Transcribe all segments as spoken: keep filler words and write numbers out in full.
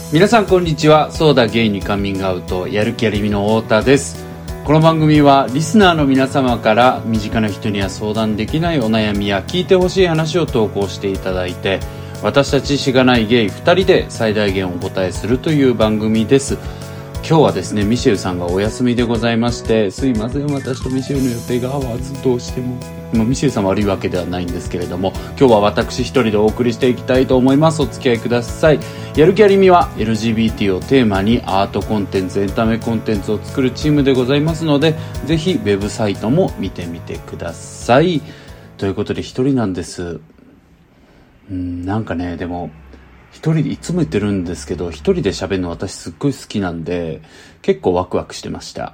皆さんこんにちは。そうだゲイにカミングアウト、やる気ありみの太田です。この番組はリスナーの皆様から身近な人には相談できないお悩みや聞いてほしい話を投稿していただいて、私たちしがないゲイふたりで最大限お答えするという番組です。今日はですね、ミシェルさんがお休みでございまして、すいません、私とミシェルの予定が合わずどうしても、まあ、ミシェルさん悪いわけではないんですけれども、今日は私一人でお送りしていきたいと思います。お付き合いください。やる気ありみは エルジービーティー をテーマにアートコンテンツ、エンタメコンテンツを作るチームでございますので、ぜひウェブサイトも見てみてください。ということで一人なんです。うん、なんかね、でも一人でいつも言ってるんですけど、一人で喋るの私すっごい好きなんで、結構ワクワクしてました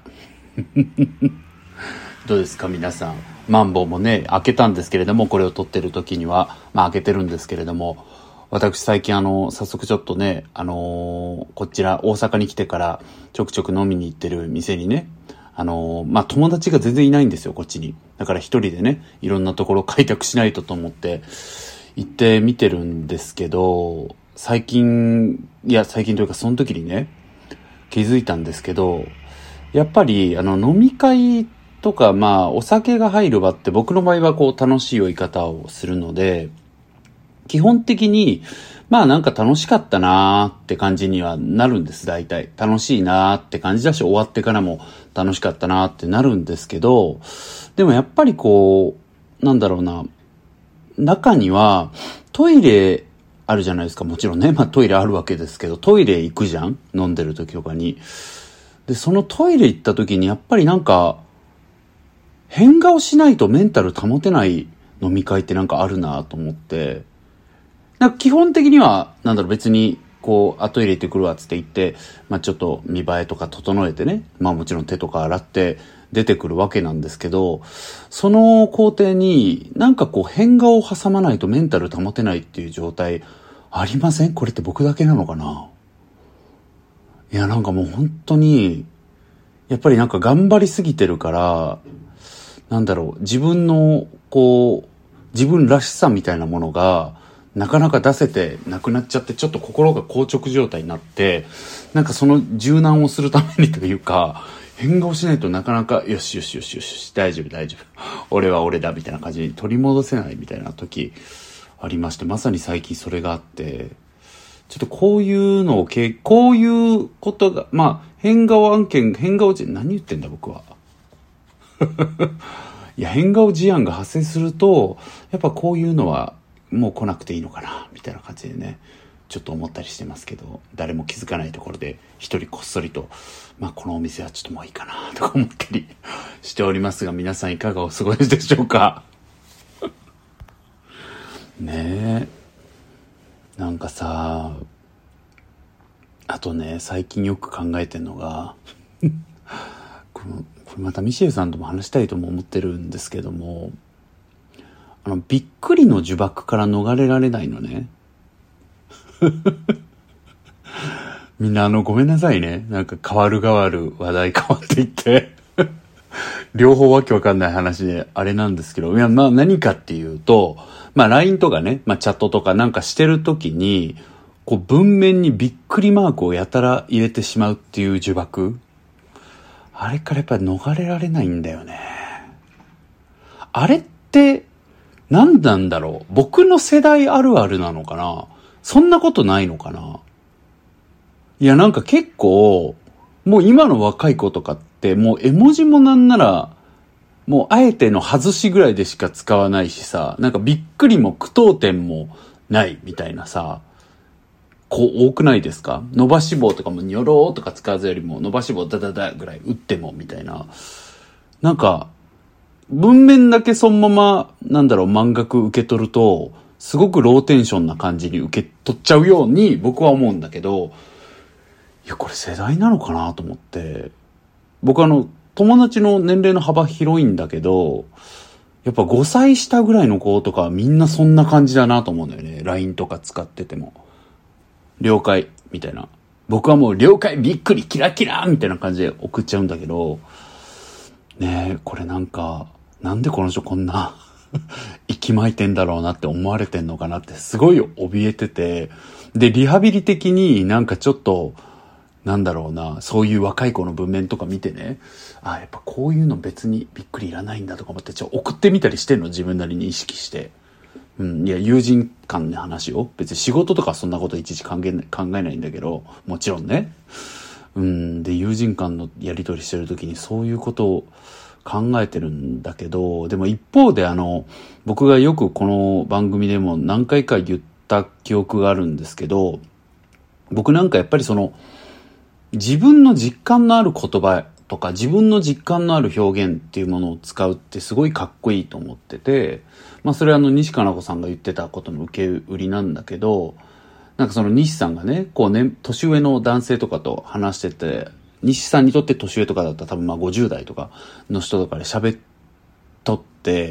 どうですか皆さん。マンボウもね開けたんですけれども、これを撮ってる時にはまあ開けてるんですけれども、私最近あの早速ちょっとね、あのー、こちら大阪に来てからちょくちょく飲みに行ってる店にね、あのー、まあ友達が全然いないんですよ、こっちに。だから一人でね、いろんなところ開拓しないとと思って行ってみてるんですけど、最近、いや最近というかその時にね気づいたんですけど、やっぱりあの飲み会とか、まあお酒が入る場って僕の場合はこう楽しい酔い方をするので、基本的にまあなんか楽しかったなーって感じにはなるんです。大体楽しいなーって感じだし、終わってからも楽しかったなーってなるんですけど、でもやっぱりこうなんだろうな、中にはトイレあるじゃないですか。もちろんね、まあトイレあるわけですけど、トイレ行くじゃん、飲んでる時とかに。でそのトイレ行った時にやっぱりなんか変顔しないとメンタル保てない飲み会ってなんかあるなと思って、なんか基本的にはなんだろう、別にこうあトイレ行ってくるわっつって言って、まあちょっと見栄えとか整えてね、まあもちろん手とか洗って出てくるわけなんですけど、その工程になんかこう変顔を挟まないとメンタル保てないっていう状態ありません？これって僕だけなのかな？いやなんかもう本当にやっぱりなんか頑張りすぎてるから、なんだろう、自分のこう自分らしさみたいなものがなかなか出せてなくなっちゃって、ちょっと心が硬直状態になって、なんかその柔軟をするためにというか、変顔しないとなかなかよしよしよしよし大丈夫大丈夫俺は俺だみたいな感じに取り戻せないみたいな時ありまして、まさに最近それがあって、ちょっとこういうのをけこういうことが、まあ変顔案件、変顔じ何言ってんだ僕はいや変顔事案が発生すると、やっぱこういうのはもう来なくていいのかなみたいな感じでね、ちょっと思ったりしてますけど、誰も気づかないところで一人こっそりと、まあこのお店はちょっともういいかなとか思ったりしておりますが、皆さんいかがお過ごしでしょうかねえ、なんかさ、あとね、最近よく考えてんのがこのこれまたミシェルさんとも話したいとも思ってるんですけども、あのびっくりの呪縛から逃れられないのねみんなあのごめんなさいね、なんか変わる変わる話題変わっていって両方わけわかんない話であれなんですけど、いやまあ何かっていうと、まあ ライン とかね、まあチャットとかなんかしてるときに、こう文面にびっくりマークをやたら入れてしまうっていう呪縛、あれからやっぱり逃れられないんだよね。あれって何なんだろう、僕の世代あるあるなのかな、そんなことないのかな。いやなんか結構もう今の若い子とかってもう絵文字もなんならもうあえての外しぐらいでしか使わないしさ、なんかびっくりも句読点もないみたいなさ、こう多くないですか？伸ばし棒とかもニョローとか使わずよりも伸ばし棒ダダダぐらい打ってもみたいな、なんか文面だけそのままなんだろう満額受け取るとすごくローテンションな感じに受け取っちゃうように僕は思うんだけど、いやこれ世代なのかなと思って、僕あの友達の年齢の幅広いんだけど、やっぱごさい下ぐらいの子とかみんなそんな感じだなと思うんだよね。 ライン とか使ってても了解みたいな、僕はもう了解びっくりキラキラみたいな感じで送っちゃうんだけどね。えこれなんかなんでこの人こんな生ききまいてんだろうなって思われてんのかなってすごい怯えてて、で、リハビリ的になんかちょっと、なんだろうな、そういう若い子の文面とか見てね、あ、やっぱこういうの別にびっくりいらないんだとか思って、ちょっと送ってみたりしてんの、自分なりに意識して。うん、いや、友人間の話を。別に仕事とかそんなこといちいち考えない、考えないんだけど、もちろんね。うん、で、友人間のやり取りしてるときにそういうことを考えてるんだけど、でも一方であの、僕がよくこの番組でも何回か言った記憶があるんですけど、僕なんかやっぱりその、自分の実感のある言葉とか自分の実感のある表現っていうものを使うってすごいかっこいいと思ってて、まあそれはあの西加奈子さんが言ってたことの受け売りなんだけど、なんかその西さんがね、こうね、年上の男性とかと話してて、西さんにとって年上とかだったら多分まあごじゅう代とかの人とかで喋っとって、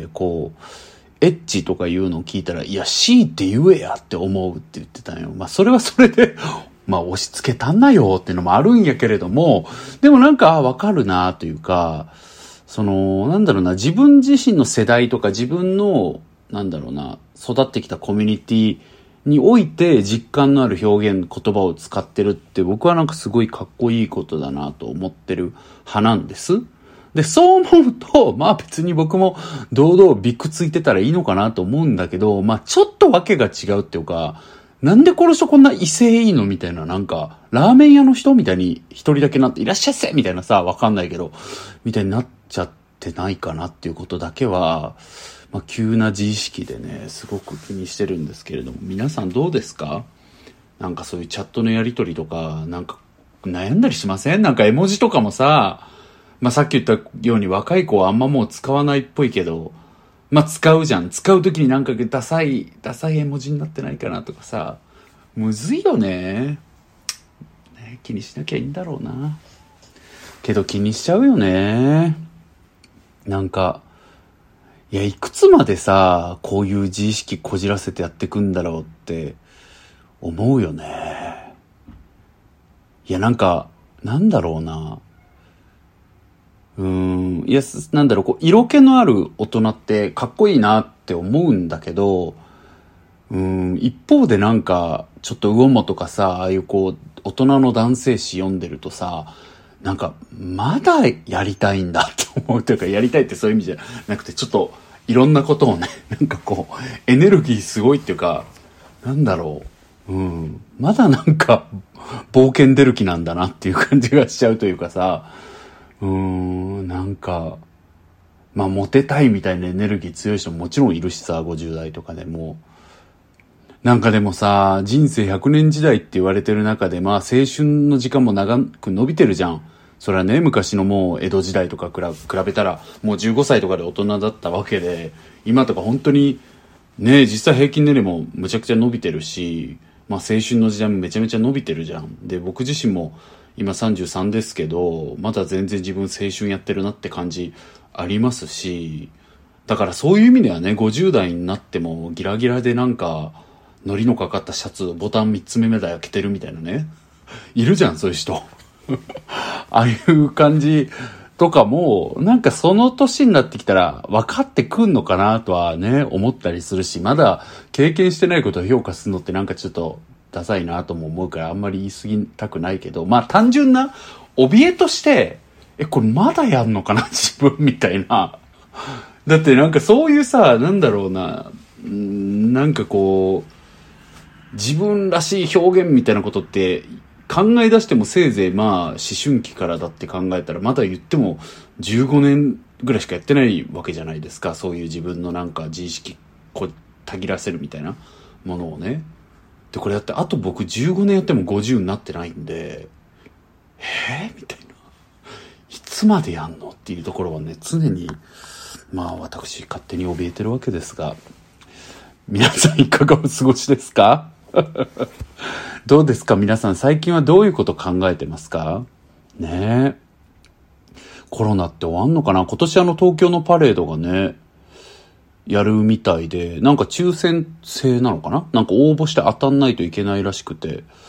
こう、エッチとか言うのを聞いたら、いや C って言えやって思うって言ってたんよ。まあそれはそれで、まあ押し付けたんなよっていうのもあるんやけれども、でもなんかわかるなというか、その、なんだろうな、自分自身の世代とか自分の、なんだろうな、育ってきたコミュニティにおいて実感のある表現、言葉を使ってるって僕はなんかすごいかっこいいことだなと思ってる派なんです。で、そう思うと、まあ別に僕も堂々ビッグついてたらいいのかなと思うんだけど、まあちょっとわけが違うっていうか、なんでこの人こんな威勢いいのみたいな、なんか、ラーメン屋の人みたいに一人だけなって、いらっしゃいせみたいなさ、わかんないけど、みたいになっちゃってないかなっていうことだけは、まあ急な自意識でね、すごく気にしてるんですけれども、皆さんどうですか？なんかそういうチャットのやりとりとか、なんか悩んだりしません？なんか絵文字とかもさ、まあさっき言ったように若い子はあんまもう使わないっぽいけど、まあ使うじゃん。使うときになんかダサい、ダサい絵文字になってないかなとかさ、むずいよね。ね、気にしなきゃいいんだろうな。けど気にしちゃうよね。なんか、いや、いくつまでさ、こういう自意識こじらせてやってくんだろうって思うよね。いや、なんか、なんだろうな。うーん、いや、なんだろう、こう、色気のある大人ってかっこいいなって思うんだけど、うーん、一方でなんか、ちょっと魚もとかさ、ああいうこう、大人の男性誌読んでるとさ、なんか、まだやりたいんだって思うというか、やりたいってそういう意味じゃなくて、ちょっと、いろんなことをね、なんかこう、エネルギーすごいっていうか、なんだろう、うん、まだなんか、冒険出る気なんだなっていう感じがしちゃうというかさ、うーん、なんか、まあ、モテたいみたいなエネルギー強い人ももちろんいるしさ、ごじゅう代とかでも。なんかでもさ、人生ひゃくねん時代って言われてる中で、まあ、青春の時間も長く伸びてるじゃん。それはね、昔のもう江戸時代とか比べたら、もうじゅうごさいとかで大人だったわけで、今とか本当に、ね、実際平均年齢もむちゃくちゃ伸びてるし、まあ、青春の時代もめちゃめちゃ伸びてるじゃん。で、僕自身も、今さんじゅうさんですけど、まだ全然自分青春やってるなって感じありますし、だからそういう意味ではね、ごじゅう代になってもギラギラでなんか、糊のかかったシャツ、ボタンみっつめまで開けてるみたいなね。いるじゃん、そういう人。ああいう感じとかも、なんかその年になってきたら分かってくんのかなとはね、思ったりするし、まだ経験してないことを評価するのってなんかちょっと、ダサいなとも思うからあんまり言い過ぎたくないけど、まあ単純な怯えとして、え、これまだやんのかな自分みたいな。だってなんかそういうさ、なんだろうな、んなんかこう、自分らしい表現みたいなことって考え出してもせいぜいまあ思春期からだって考えたらまだ言ってもじゅうごねんぐらいしかやってないわけじゃないですか。そういう自分のなんか自意識こたぎらせるみたいなものをね。で、これだって、あと僕じゅうごねんやってもごじゅうになってないんで、えー、みたいな。いつまでやんのっていうところはね、常に、まあ私勝手に怯えてるわけですが、皆さんいかがお過ごしですか？どうですか皆さん、最近はどういうこと考えてますかねえ。コロナって終わんのかな？今年あの東京のパレードがね、やるみたいで、なんか抽選制なのかな？なんか応募して当たんないといけないらしくて、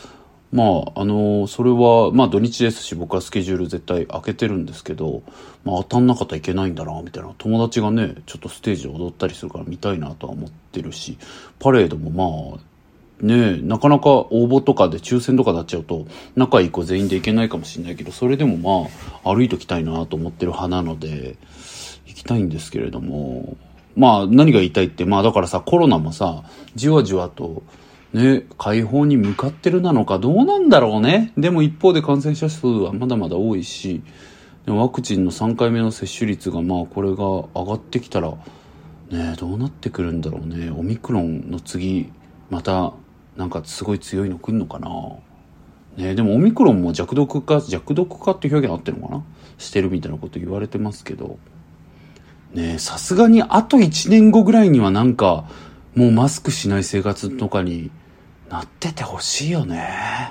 まああのそれはまあ土日ですし、僕はスケジュール絶対開けてるんですけど、まあ当たんなかったらいけないんだなみたいな、友達がねちょっとステージで踊ったりするから見たいなとは思ってるし、パレードもまあねえ、なかなか応募とかで抽選とかになっちゃうと仲いい子全員で行けないかもしれないけど、それでもまあ歩いときたいなと思ってる派なので行きたいんですけれども、まあ何が言いたいって、まあだからさ、コロナもさじわじわとね解放に向かってるなのかどうなんだろうね。でも一方で感染者数はまだまだ多いし、でもワクチンのさんかいめの接種率がまあこれが上がってきたらねどうなってくるんだろうね。オミクロンの次またなんかすごい強いの来んのかなね。でもオミクロンも弱毒化弱毒化って表現あってるのかなしてるみたいなこと言われてますけどね。さすがにあといちねんごぐらいにはなんかもうマスクしない生活とかになっててほしいよね。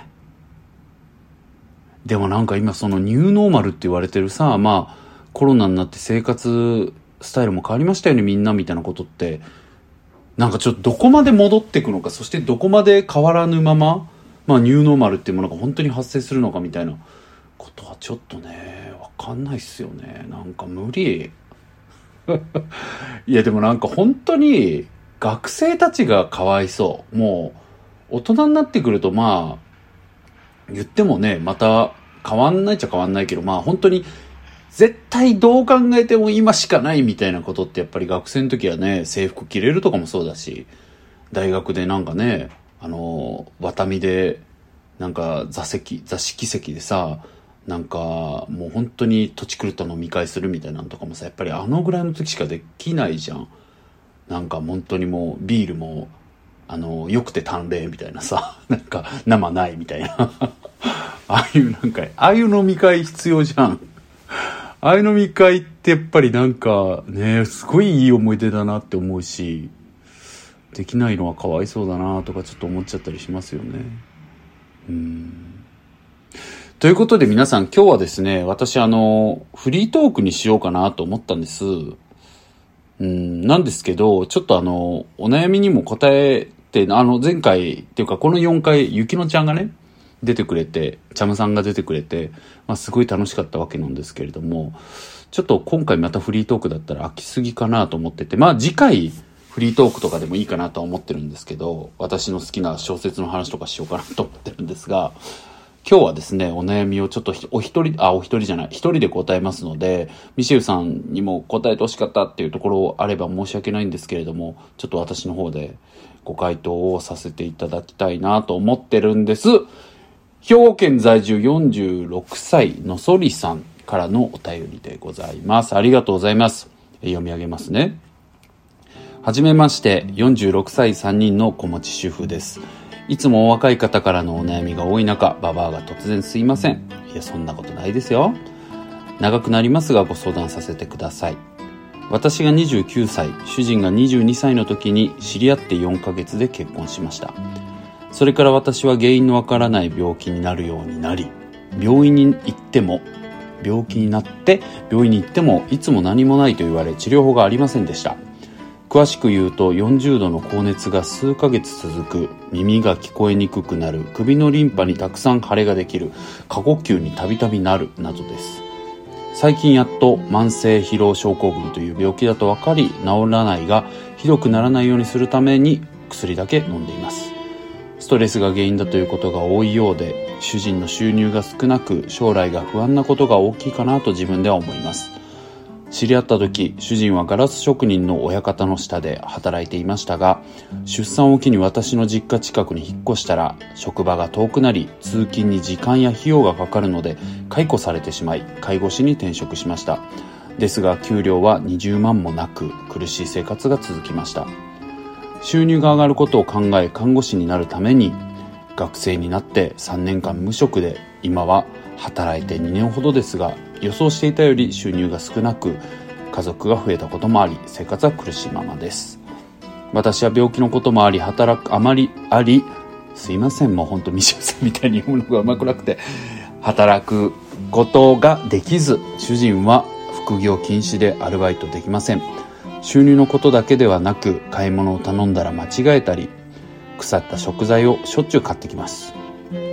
でもなんか今そのニューノーマルって言われてるさ、まあコロナになって生活スタイルも変わりましたよねみんなみたいなことって、なんかちょっとどこまで戻っていくのか、そしてどこまで変わらぬまま、まあニューノーマルっていうものが本当に発生するのかみたいなことはちょっとね、わかんないっすよね。なんか無理。いやでもなんか本当に学生たちがかわいそう。もう大人になってくるとまあ言ってもね、また変わんないっちゃ変わんないけど、まあ本当に絶対どう考えても今しかないみたいなことってやっぱり学生の時はね、制服着れるとかもそうだし、大学でなんかね、あのワタミでなんか座席座敷席でさ、なんかもう本当に土地狂った飲み会するみたいなのとかもさ、やっぱりあのぐらいの時しかできないじゃん。なんか本当にもうビールもあのよくて淡麗みたいなさ、なんか生ないみたいなああいうなんかああいう飲み会必要じゃん。ああいう飲み会ってやっぱりなんかね、すごいいい思い出だなって思うし、できないのはかわいそうだなとかちょっと思っちゃったりしますよね。うーん。ということで皆さん、今日はですね、私あのフリートークにしようかなと思ったんです。うんなんですけど、ちょっとあのお悩みにも答えて、あの前回っていうかこのよんかいゆきのちゃんがね出てくれて、チャムさんが出てくれて、まあ、すごい楽しかったわけなんですけれども、ちょっと今回またフリートークだったら飽きすぎかなと思ってて、まあ次回フリートークとかでもいいかなとは思ってるんですけど、私の好きな小説の話とかしようかなと思ってるんですが、今日はですね、お悩みをちょっとお一人、あ、お一人じゃない、一人で答えますので、ミシェルさんにも答えてほしかったっていうところあれば申し訳ないんですけれども、ちょっと私の方でご回答をさせていただきたいなと思ってるんです。兵庫県在住よんじゅうろくさいのそりさんからのお便りでございます。ありがとうございます。読み上げますね。はじめまして、よんじゅうろくさいさんにんの子持ち主婦です。いつもお若い方からのお悩みが多い中、ババアが突然すいません。いや、そんなことないですよ。長くなりますがご相談させてください。私がにじゅうきゅうさい、主人がにじゅうにさいの時に知り合ってよんかげつで結婚しました。それから私は原因のわからない病気になるようになり、病院に行っても、病気になって病院に行ってもいつも何もないと言われ、治療法がありませんでした。詳しく言うとよんじゅうどの高熱が数ヶ月続く、耳が聞こえにくくなる、首のリンパにたくさん腫れができる、過呼吸にたびたびなるなどです。最近やっと慢性疲労症候群という病気だと分かり、治らないがひどくならないようにするために薬だけ飲んでいます。ストレスが原因だということが多いようで、主人の収入が少なく将来が不安なことが大きいかなと自分では思います。知り合った時、主人はガラス職人の親方の下で働いていましたが、出産を機に私の実家近くに引っ越したら、職場が遠くなり通勤に時間や費用がかかるので解雇されてしまい、介護士に転職しました。ですが給料はにじゅうまんもなく、苦しい生活が続きました。収入が上がることを考え、看護師になるために学生になってさんねんかん無職で、今は働いてにねんほどですが、予想していたより収入が少なく、家族が増えたこともあり、生活は苦しいままです。私は病気のこともあり、働くあまりありすいません、もう本当ミシェルさんみたいに読むのがうまくなくて、働くことができず、主人は副業禁止でアルバイトできません。収入のことだけではなく、買い物を頼んだら間違えたり、腐った食材をしょっちゅう買ってきます。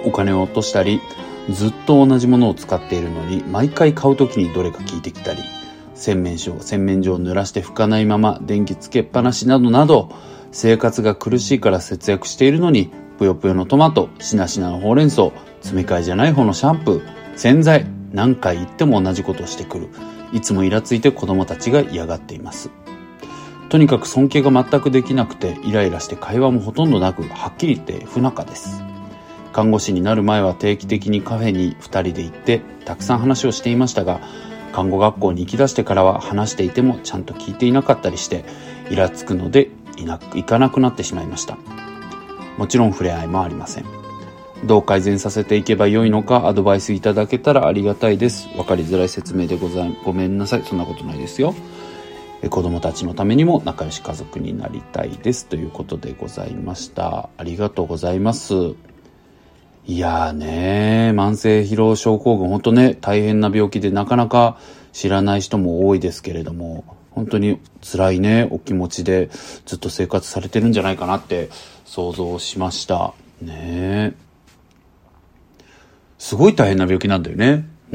お金を落としたり、ずっと同じものを使っているのに毎回買うときにどれか効いてきたり、洗面所洗面所を濡らして拭かないまま電気つけっぱなしなどなど、生活が苦しいから節約しているのに、ぷよぷよのトマト、しなしなのほうれん草、詰め替えじゃない方のシャンプー、洗剤、何回言っても同じことをしてくる。いつもイラついて子供たちが嫌がっています。とにかく尊敬が全くできなくて、イライラして会話もほとんどなく、はっきり言って不仲です。看護師になる前は定期的にカフェにふたりで行ってたくさん話をしていましたが、看護学校に行き出してからは話していてもちゃんと聞いていなかったりして、イラつくのでいな行かなくなってしまいました。もちろん触れ合いもありません。どう改善させていけばよいのかアドバイスいただけたらありがたいです。わかりづらい説明でございごめんなさい。そんなことないですよ。え子供たちのためにも仲良し家族になりたいですということでございました。ありがとうございます。いやーねー、慢性疲労症候群、本当ね、大変な病気でなかなか知らない人も多いですけれども、本当に辛いね、お気持ちでずっと生活されてるんじゃないかなって想像しました。ねー。すごい大変な病気なんだよね。うん。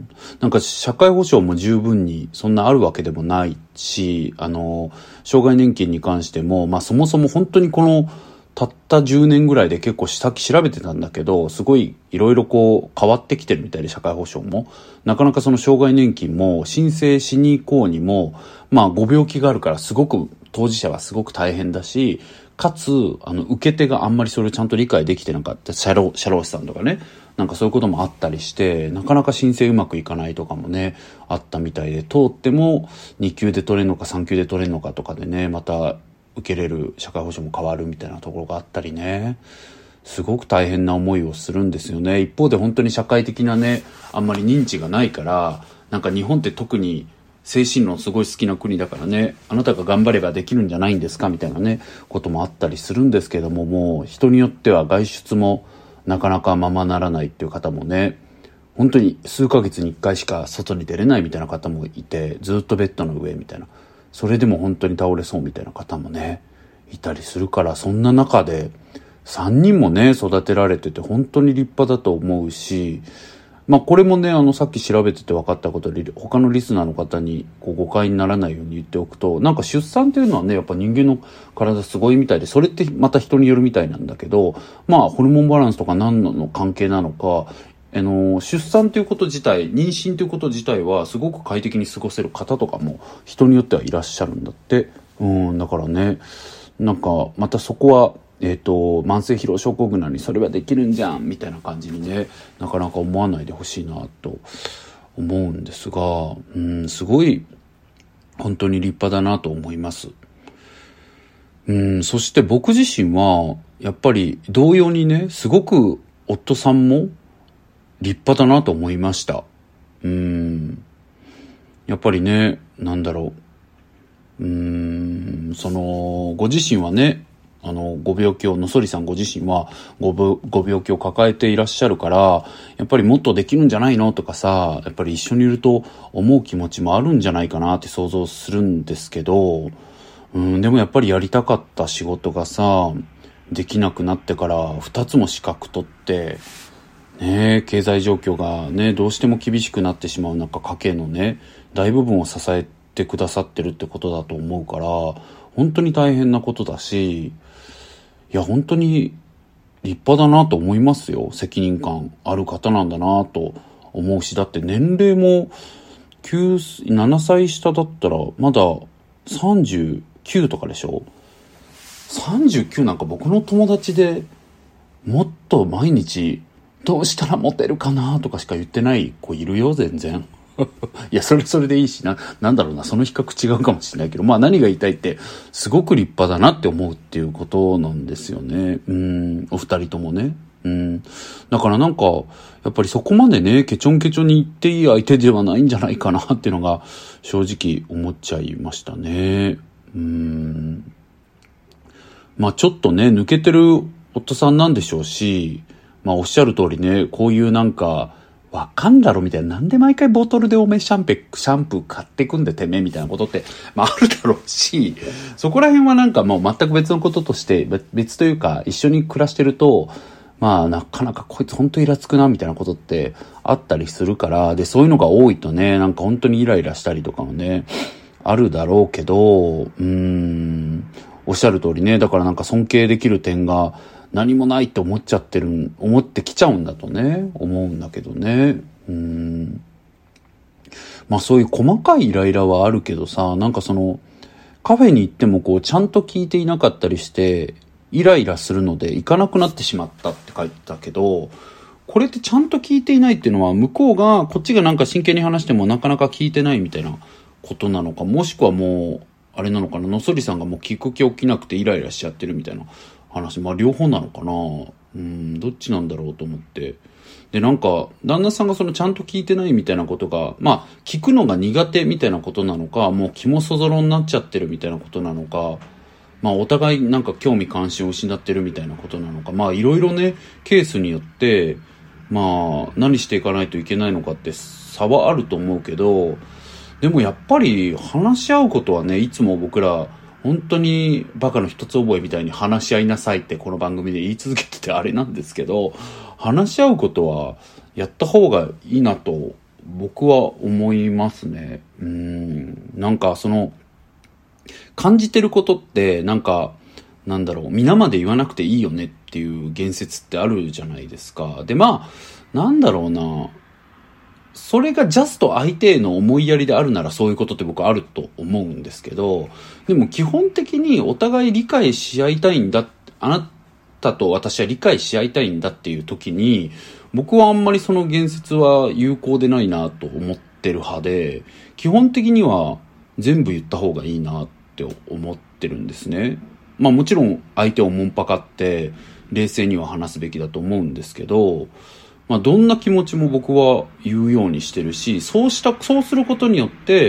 なんか社会保障も十分にそんなあるわけでもないし、あの、障害年金に関しても、まあそもそも本当にこの、たったじゅうねんぐらいで結構さっき調べてたんだけど、すごいいろいろこう変わってきてるみたいで、社会保障も。なかなかその障害年金も申請しに行こうにも、まあご病気があるからすごく当事者はすごく大変だし、かつ、あの、受け手があんまりそれをちゃんと理解できてなかった、社労、社労士さんとかね、なんかそういうこともあったりして、なかなか申請うまくいかないとかもね、あったみたいで、通ってもに級で取れるのかさん級で取れるのかとかでね、また、受けれる社会保障も変わるみたいなところがあったりね、すごく大変な思いをするんですよね。一方で本当に社会的なね、あんまり認知がないから、なんか日本って特に精神論すごい好きな国だからね、あなたが頑張ればできるんじゃないんですかみたいなね、こともあったりするんですけども、もう人によっては外出もなかなかままならないっていう方もね、本当に数ヶ月にいっかいしか外に出れないみたいな方もいて、ずっとベッドの上みたいな、それでも本当に倒れそうみたいな方もね、いたりするから、そんな中でさんにんもね、育てられてて本当に立派だと思うし、まあこれもね、あのさっき調べてて分かったことで、他のリスナーの方にこう誤解にならないように言っておくと、なんか出産っていうのはね、やっぱ人間の体すごいみたいで、それってまた人によるみたいなんだけど、まあホルモンバランスとか何の関係なのか、あの出産ということ自体、妊娠ということ自体はすごく快適に過ごせる方とかも人によってはいらっしゃるんだって。うん、だからね、なんかまたそこはえっと慢性疲労症候群なのにそれはできるんじゃんみたいな感じにね、なかなか思わないでほしいなと思うんですが、うん、すごい本当に立派だなと思います。うん、そして僕自身はやっぱり同様にね、すごく夫さんも立派だなと思いました。うーん。やっぱりね、なんだろう。うーん、その、ご自身はね、あの、ご病気を、のそりさんご自身はご、ご病気を抱えていらっしゃるから、やっぱりもっとできるんじゃないのとかさ、やっぱり一緒にいると思う気持ちもあるんじゃないかなって想像するんですけど、うん、でもやっぱりやりたかった仕事がさ、できなくなってからふたつも資格取って、ね、経済状況がね、どうしても厳しくなってしまう中、家計のね、大部分を支えてくださってるってことだと思うから、本当に大変なことだし、いや、本当に立派だなと思いますよ。責任感ある方なんだなと思うし、だって年齢もきゅう、ななさい下だったら、まださんじゅうきゅうとかでしょ。さんじゅうきゅうなんか僕の友達でもっと毎日、どうしたらモテるかなとかしか言ってない子いるよ、全然。いや、それそれでいいしな、なんだろうな、その比較違うかもしれないけど、まあ何が言いたいって、すごく立派だなって思うっていうことなんですよね。うん、お二人ともね。うん。だからなんか、やっぱりそこまでね、ケチョンケチョンに言っていい相手ではないんじゃないかなっていうのが、正直思っちゃいましたね。うん。まあちょっとね、抜けてる夫さんなんでしょうし、まあおっしゃる通りね、こういうなんか、わかんだろみたいな、なんで毎回ボトルでおめシャンペ、シャンプー買ってくんでてめみたいなことって、まああるだろうし、そこら辺はなんかもう全く別のこととして、別というか一緒に暮らしてると、 まあなかなかこいつ本当イラつくなみたいなことってあったりするから、で、そういうのが多いとね、なんか本当にイライラしたりとかもね、あるだろうけど、うーん、おっしゃる通りね、だからなんか尊敬できる点が何もないって思っちゃってる、思ってきちゃうんだとね、思うんだけどね。うーん。まあそういう細かいイライラはあるけどさ、なんかその、カフェに行ってもこうちゃんと聞いていなかったりして、イライラするので行かなくなってしまったって書いてたけど、これってちゃんと聞いていないっていうのは向こうが、こっちがなんか真剣に話してもなかなか聞いてないみたいなことなのか、もしくはもう、あれなのかな、のそりさんがもう聞く気起きなくてイライラしちゃってるみたいな話、まあ両方なのかな。うん、どっちなんだろうと思って。で、なんか、旦那さんがそのちゃんと聞いてないみたいなことが、まあ、聞くのが苦手みたいなことなのか、もう気もそぞろになっちゃってるみたいなことなのか、まあ、お互いなんか興味関心を失ってるみたいなことなのか、まあ、いろいろね、ケースによって、まあ、何していかないといけないのかって差はあると思うけど、でもやっぱり話し合うことはね、いつも僕ら、本当にバカの一つ覚えみたいに話し合いなさいってこの番組で言い続けててあれなんですけど、話し合うことはやった方がいいなと僕は思いますね。うーん、なんかその感じてることってなんかなんだろう、皆まで言わなくていいよねっていう言説ってあるじゃないですか。で、まあなんだろうな、それがジャスト相手への思いやりであるならそういうことって僕あると思うんですけど、でも基本的にお互い理解し合いたいんだ、あなたと私は理解し合いたいんだっていう時に、僕はあんまりその言説は有効でないなと思ってる派で、基本的には全部言った方がいいなって思ってるんですね。まあもちろん相手をもんぱかって冷静には話すべきだと思うんですけど、まあ、どんな気持ちも僕は言うようにしてるし、そうした、そうすることによって、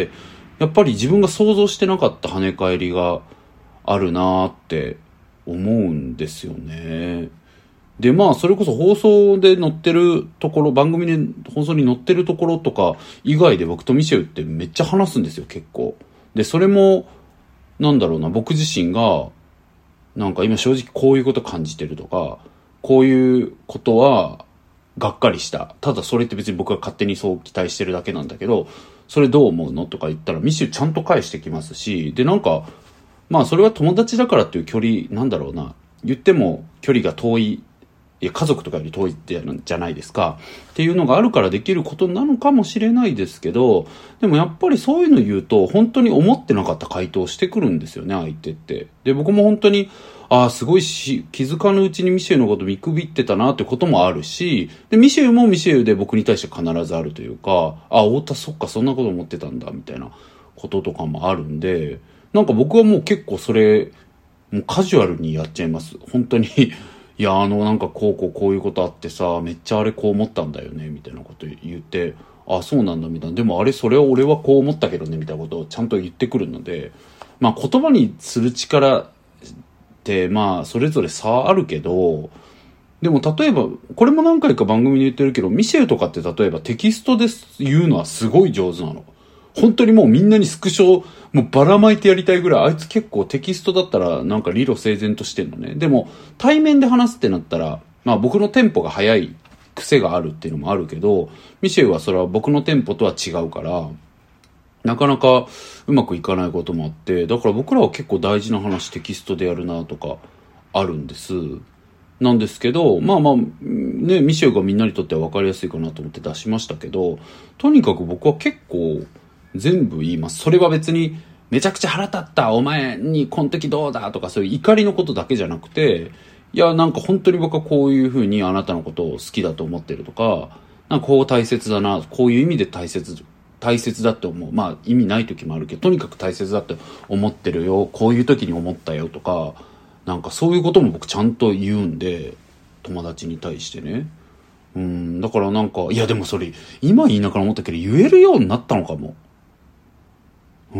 やっぱり自分が想像してなかった跳ね返りがあるなーって思うんですよね。で、まあ、それこそ放送で載ってるところ、番組で放送に載ってるところとか以外で僕とミシェルってめっちゃ話すんですよ、結構。で、それも、なんだろうな、僕自身が、なんか今正直こういうこと感じてるとか、こういうことは、がっかりした。ただそれって別に僕が勝手にそう期待してるだけなんだけど、それどう思うのとか言ったらミシュちゃんと返してきますし、でなんか、まあそれは友達だからっていう距離、なんだろうな。言っても距離が遠い、いや家族とかより遠いってじゃないですか。っていうのがあるからできることなのかもしれないですけど、でもやっぱりそういうの言うと本当に思ってなかった回答をしてくるんですよね、相手って。で、僕も本当に、ああ、すごいし、気づかぬうちにミシェルのこと見くびってたなってこともあるし、で、ミシェルもミシェルで僕に対して必ずあるというか、あ、太田そっか、そんなこと思ってたんだ、みたいなこととかもあるんで、なんか僕はもう結構それ、もうカジュアルにやっちゃいます。本当にいや、あの、なんかこうこうこういうことあってさ、めっちゃあれこう思ったんだよね、みたいなこと言って、あ、そうなんだ、みたいな。でもあれ、それは俺はこう思ったけどね、みたいなことをちゃんと言ってくるので、まあ言葉にする力、ってまあそれぞれ差あるけど、でも例えばこれも何回か番組で言ってるけど、ミシェルとかって例えばテキストで言うのはすごい上手なの。本当にもうみんなにスクショもうばらまいてやりたいぐらい、あいつ結構テキストだったらなんか理路整然としてんのね。でも対面で話すってなったら、まあ僕のテンポが速い癖があるっていうのもあるけど、ミシェルはそれは僕のテンポとは違うから、なかなかうまくいかないこともあって、だから僕らは結構大事な話テキストでやるなとかあるんです。なんですけど、まあまあ、ね、ミシェルがみんなにとっては分かりやすいかなと思って出しましたけど、とにかく僕は結構全部言います。それは別にめちゃくちゃ腹立ったお前にこの時どうだとかそういう怒りのことだけじゃなくて、いやなんか本当に僕はこういう風にあなたのことを好きだと思ってるとか、なんかこう大切だな、こういう意味で大切大切だって思う。まあ意味ない時もあるけど、とにかく大切だって思ってるよ。こういう時に思ったよとか、なんかそういうことも僕ちゃんと言うんで、友達に対してね。うん、だからなんか、いやでもそれ、今言いながら思ったけど言えるようになったのかも。うん、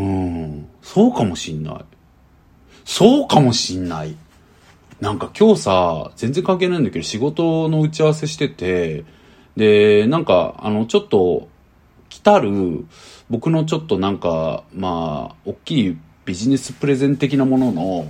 そうかもしんない。そうかもしんない。なんか今日さ、全然関係ないんだけど、仕事の打ち合わせしてて、で、なんか、あの、ちょっと、来たる、僕のちょっとなんか、まあ、大きいビジネスプレゼン的なものの、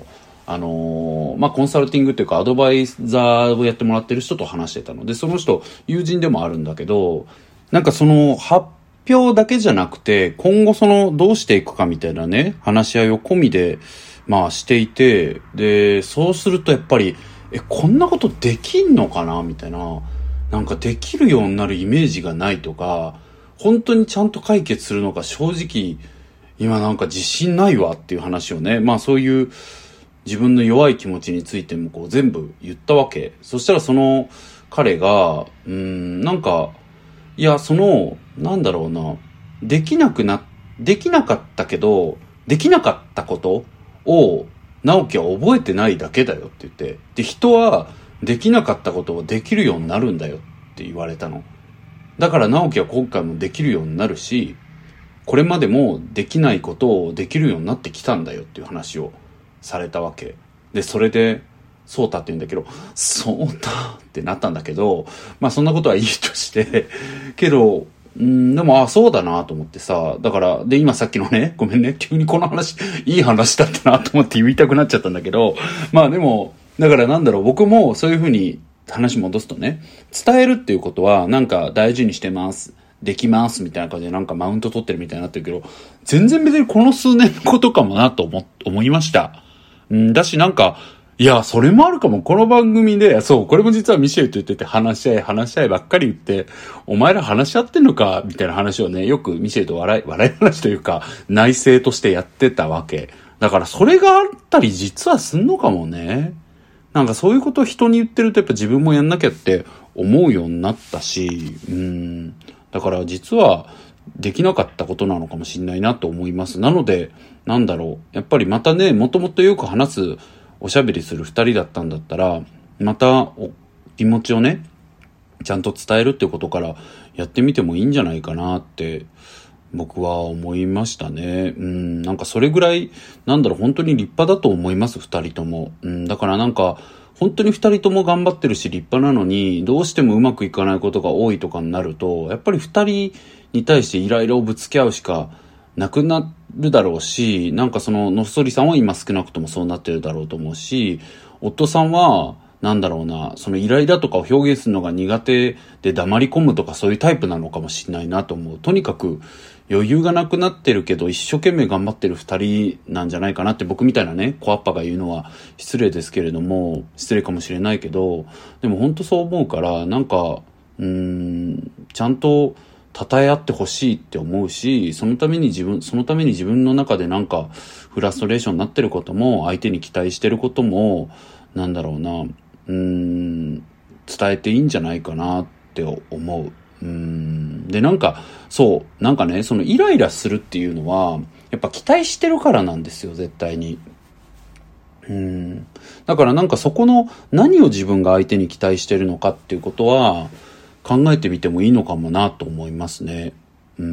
あのー、まあ、コンサルティングっていうかアドバイザーをやってもらってる人と話してたので、その人友人でもあるんだけど、なんかその発表だけじゃなくて、今後そのどうしていくかみたいなね、話し合いを込みで、まあしていて、で、そうするとやっぱり、え、こんなことできんのかなみたいな、なんかできるようになるイメージがないとか、本当にちゃんと解決するのか正直、今なんか自信ないわっていう話をね、まあそういう自分の弱い気持ちについてもこう全部言ったわけ。そしたらその彼が、うーん、なんか、いや、その、なんだろうな、できなくな、できなかったけど、できなかったことを、直樹は覚えてないだけだよって言って、で、人はできなかったことをできるようになるんだよって言われたの。だから直樹は今回もできるようになるし、これまでもできないことをできるようになってきたんだよっていう話をされたわけ。で、それで、そうたって言うんだけど、そうたってなったんだけど、まあそんなことはいいとして、けど、んでも、あ、そうだなと思ってさ、だから、で、今さっきのね、ごめんね、急にこの話、いい話だったなと思って言いたくなっちゃったんだけど、まあでも、だからなんだろう、僕もそういうふうに話戻すとね、伝えるっていうことは、なんか大事にしてます。できますみたいな感じでなんかマウント取ってるみたいになってるけど、全然別にこの数年のことかもなと思、思いました。んだしなんか、いや、それもあるかも。この番組で、そう、これも実はミシェルと言ってて話し合い、話し合いばっかり言って、お前ら話し合ってんのかみたいな話をね、よくミシェルと笑い、笑い話というか、内政としてやってたわけ。だからそれがあったり実はすんのかもね。なんかそういうことを人に言ってるとやっぱ自分もやんなきゃって思うようになったし、うーん。だから実はできなかったことなのかもしれないなと思います。なので、なんだろう。やっぱりまたね、もともとよく話す、おしゃべりする二人だったんだったら、またお気持ちをね、ちゃんと伝えるっていうことからやってみてもいいんじゃないかなって僕は思いましたね。うん、なんかそれぐらい、なんだろう、本当に立派だと思います、二人とも。うん、だからなんか、本当に二人とも頑張ってるし立派なのに、どうしてもうまくいかないことが多いとかになると、やっぱり二人に対してイライラをぶつけ合うしかなくなるだろうし、なんかそののっそりさんは今少なくともそうなってるだろうと思うし、夫さんはなんだろうな、そのイライラとかを表現するのが苦手で黙り込むとかそういうタイプなのかもしれないなと思う。とにかく余裕がなくなってるけど一生懸命頑張ってる二人なんじゃないかなって、僕みたいなね、小アッパが言うのは失礼ですけれども、失礼かもしれないけど、でも本当そう思うから、なんか、うーん、ちゃんと称え合ってほしいって思うし、そのために自分、そのために自分の中でなんかフラストレーションになってることも、相手に期待してることも、なんだろうな、うーん、伝えていいんじゃないかなって思う。うーん。で、なんか、そう、なんかね、そのイライラするっていうのは、やっぱ期待してるからなんですよ、絶対に。うーん。だからなんかそこの何を自分が相手に期待してるのかっていうことは、考えてみてもいいのかもなと思いますね。うん。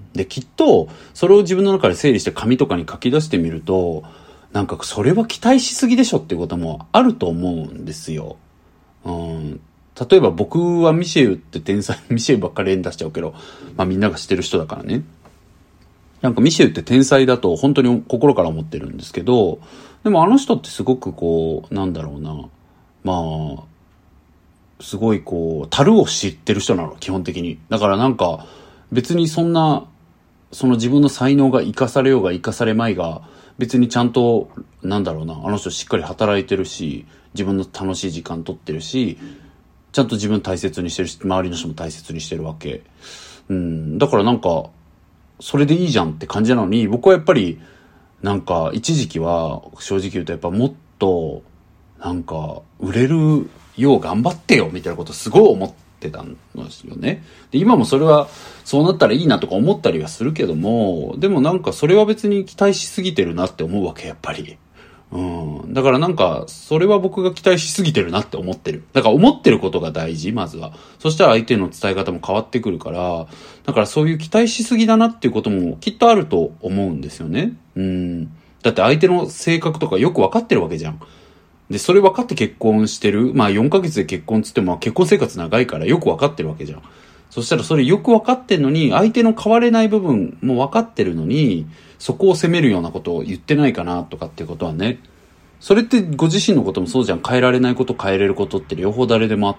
で、きっと、それを自分の中で整理して紙とかに書き出してみると、なんかそれは期待しすぎでしょっていうこともあると思うんですよ。うん。例えば僕はミシェルって天才、ミシェルばっかり連出しちゃうけど、まあみんなが知ってる人だからね。なんかミシェルって天才だと本当に心から思ってるんですけど、でもあの人ってすごくこう、なんだろうな、まあ、すごいこう、樽を知ってる人なの、基本的に。だからなんか、別にそんな、その自分の才能が生かされようが生かされまいが、別にちゃんと、なんだろうな、あの人しっかり働いてるし、自分の楽しい時間取ってるし、ちゃんと自分大切にしてるし、周りの人も大切にしてるわけ。うん、だからなんか、それでいいじゃんって感じなのに、僕はやっぱり、なんか、一時期は、正直言うとやっぱもっと、なんか、売れるよう頑張ってよ、みたいなことすごい思ってたんですよね。で、今もそれは、そうなったらいいなとか思ったりはするけども、でもなんかそれは別に期待しすぎてるなって思うわけ、やっぱり。うん。だからなんか、それは僕が期待しすぎてるなって思ってる。だから思ってることが大事、まずは。そしたら相手の伝え方も変わってくるから、だからそういう期待しすぎだなっていうこともきっとあると思うんですよね。うん。だって相手の性格とかよくわかってるわけじゃん。で、それ分かって結婚してる。まあよんかげつで結婚つっても結婚生活長いからよく分かってるわけじゃん。そしたらそれよく分かってんのに、相手の変われない部分も分かってるのに、そこを責めるようなことを言ってないかなとかっていうことはね、 それってご自身のこともそうじゃん。変えられないこと変えれることって両方誰でもあって、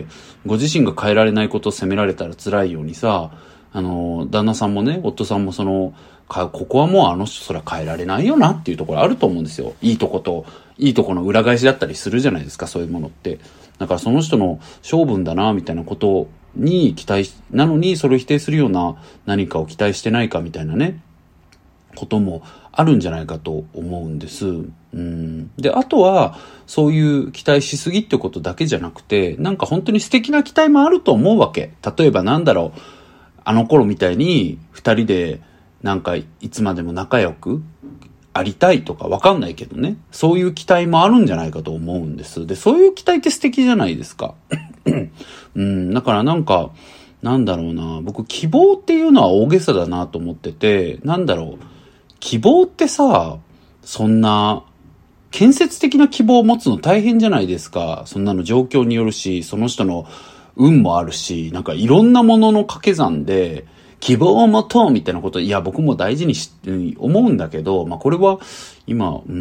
ご自身が変えられないことを責められたら辛いようにさ、あの、旦那さんもね、夫さんもその、か、ここはもうあの人それは変えられないよなっていうところあると思うんですよ。いいとこと、いいとこの裏返しだったりするじゃないですか、そういうものって。だからその人の性分だな、みたいなことに期待し、なのにそれを否定するような何かを期待してないかみたいなね、こともあるんじゃないかと思うんです。うん。で、あとは、そういう期待しすぎってことだけじゃなくて、なんか本当に素敵な期待もあると思うわけ。例えばなんだろう、あの頃みたいに二人でなんかいつまでも仲良くありたいとかわかんないけどね。そういう期待もあるんじゃないかと思うんです。で、そういう期待って素敵じゃないですか。うん、だからなんか、なんだろうな、僕希望っていうのは大げさだなと思ってて、なんだろう、希望ってさ、そんな、建設的な希望を持つの大変じゃないですか。そんなの状況によるし、その人の運もあるし、なんかいろんなものの掛け算で、希望を持とうみたいなこと、いや、僕も大事にし、思うんだけど、まあこれは今、うん、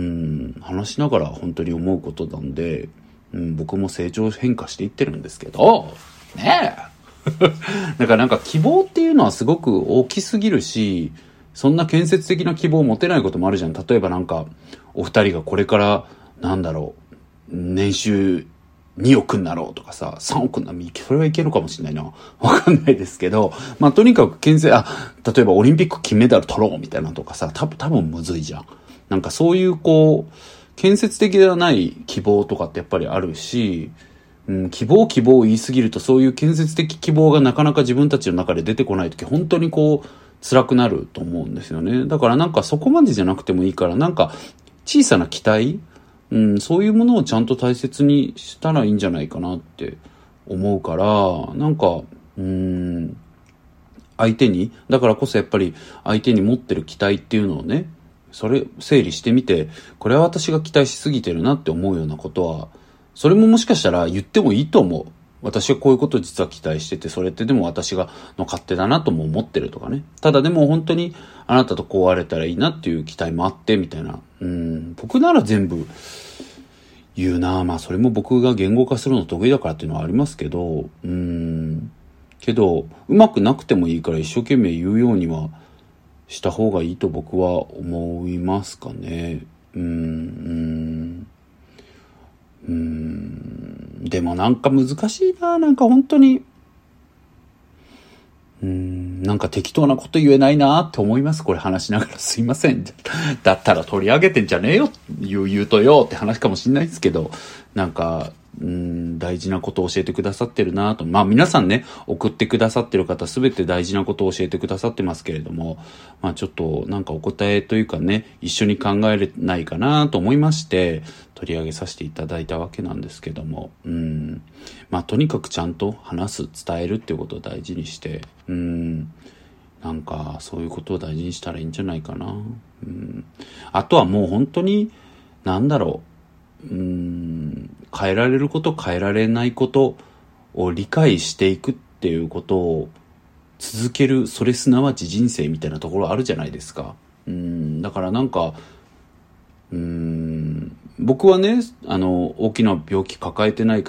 話しながら本当に思うことなんで、うん、僕も成長変化していってるんですけど、ねえ。だからなんか希望っていうのはすごく大きすぎるし、そんな建設的な希望を持てないこともあるじゃん。例えばなんか、お二人がこれから、なんだろう、年収におくになろうとかさ、さんおくになろう。それはいけるかもしれないな。わかんないですけど、まあとにかく建設、あ、例えばオリンピック金メダル取ろうみたいなとかさ、た多分むずいじゃん。なんかそういうこう、建設的ではない希望とかってやっぱりあるし、うん、希望希望を言いすぎるとそういう建設的希望がなかなか自分たちの中で出てこないとき、本当にこう、辛くなると思うんですよね。だからなんかそこまでじゃなくてもいいから、なんか小さな期待、うん、そういうものをちゃんと大切にしたらいいんじゃないかなって思うから、なんか、うん、相手に、だからこそやっぱり相手に持ってる期待っていうのをね、それ整理してみて、これは私が期待しすぎてるなって思うようなことは、それももしかしたら言ってもいいと思う。私はこういうことを実は期待してて、それってでも私がの勝手だなとも思ってるとかね。ただでも本当にあなたとこうあれたらいいなっていう期待もあってみたいな。うん、僕なら全部言うな。まあそれも僕が言語化するの得意だからっていうのはありますけど、うん。けど、うまくなくてもいいから一生懸命言うようにはした方がいいと僕は思いますかね。うん、うん。うーんでもなんか難しいな。なんか本当に、うーん、なんか適当なこと言えないなって思います。これ話しながらすいません。だったら取り上げてんじゃねえよ。言う言うとよって話かもしんないですけど、なんか、うーん、大事なことを教えてくださってるなと。まあ皆さんね、送ってくださってる方すべて大事なことを教えてくださってますけれども、まあちょっとなんかお答えというかね、一緒に考えれないかなと思いまして、取り上げさせていただいたわけなんですけども、うん。まあとにかくちゃんと話す、伝えるっていうことを大事にして、うん。なんかそういうことを大事にしたらいいんじゃないかな。うん。あとはもう本当に、なんだろう。うーん、変えられること変えられないことを理解していくっていうことを続ける、それすなわち人生みたいなところあるじゃないですか。うん、だからなんか、うーん、僕はね、あの、大きな病気抱えてないから、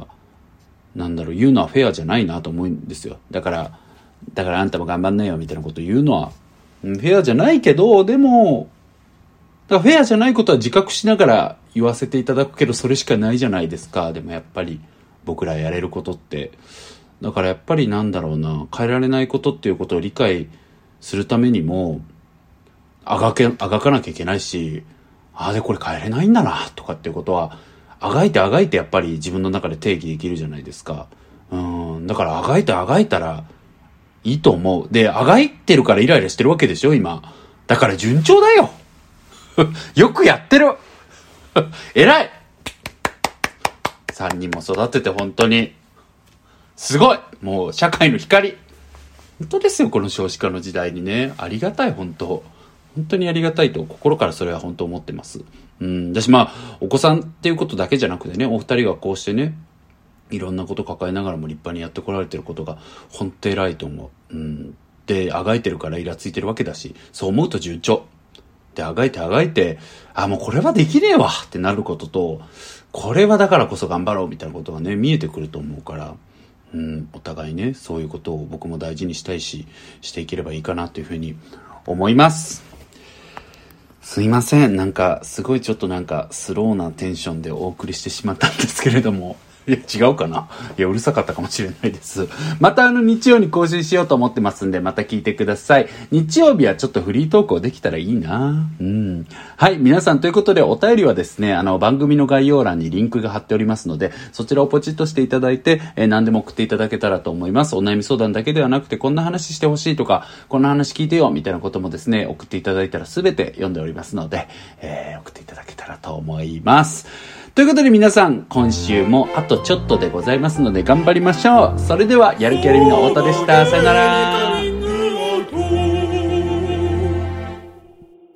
なんだろう、言うのはフェアじゃないなと思うんですよ。だから、だからあんたも頑張んなよみたいなこと言うのは、フェアじゃないけど、でも、だからフェアじゃないことは自覚しながら言わせていただくけど、それしかないじゃないですか。でもやっぱり僕らやれることって。だからやっぱりなんだろうな、変えられないことっていうことを理解するためにも、あがけ、あがかなきゃいけないし、ああでこれ変えれないんだな、とかっていうことは、あがいてあがいてやっぱり自分の中で定義できるじゃないですか。うん、だからあがいてあがいたらいいと思う。で、あがいてるからイライラしてるわけでしょ、今。だから順調だよ。よくやってる偉い三人も育てて本当にすごい。もう社会の光。本当ですよ、この少子化の時代にね。ありがたい、本当本当にありがたいと心からそれは本当思ってます。うん、私まあお子さんっていうことだけじゃなくてね、お二人がこうしてね、いろんなこと抱えながらも立派にやってこられてることが本当偉いと思う。うん、で、あがいてるからイラついてるわけだし、そう思うと順調。 で、あがいてあがいて、あ、もうこれはできねえわってなることと、これはだからこそ頑張ろうみたいなことがね、見えてくると思うから、うん、お互いね、そういうことを僕も大事にしたいし、していければいいかなというふうに思います。すいません。なんか、すごいちょっとなんか、スローなテンションでお送りしてしまったんですけれども。いや、違うかないや、うるさかったかもしれないです。またあの、日曜に更新しようと思ってますんで、また聞いてください。日曜日はちょっとフリートークをできたらいいな。うん。はい、皆さんということで、お便りはですね、あの、番組の概要欄にリンクが貼っておりますので、そちらをポチッとしていただいて、えー、何でも送っていただけたらと思います。お悩み相談だけではなくて、こんな話してほしいとか、こんな話聞いてよ、みたいなこともですね、送っていただいたらすべて読んでおりますので、えー、送っていただけたらと思います。ということで皆さん、今週もあとちょっとでございますので頑張りましょう。それでは、やる気ありみの太田でした。さよなら。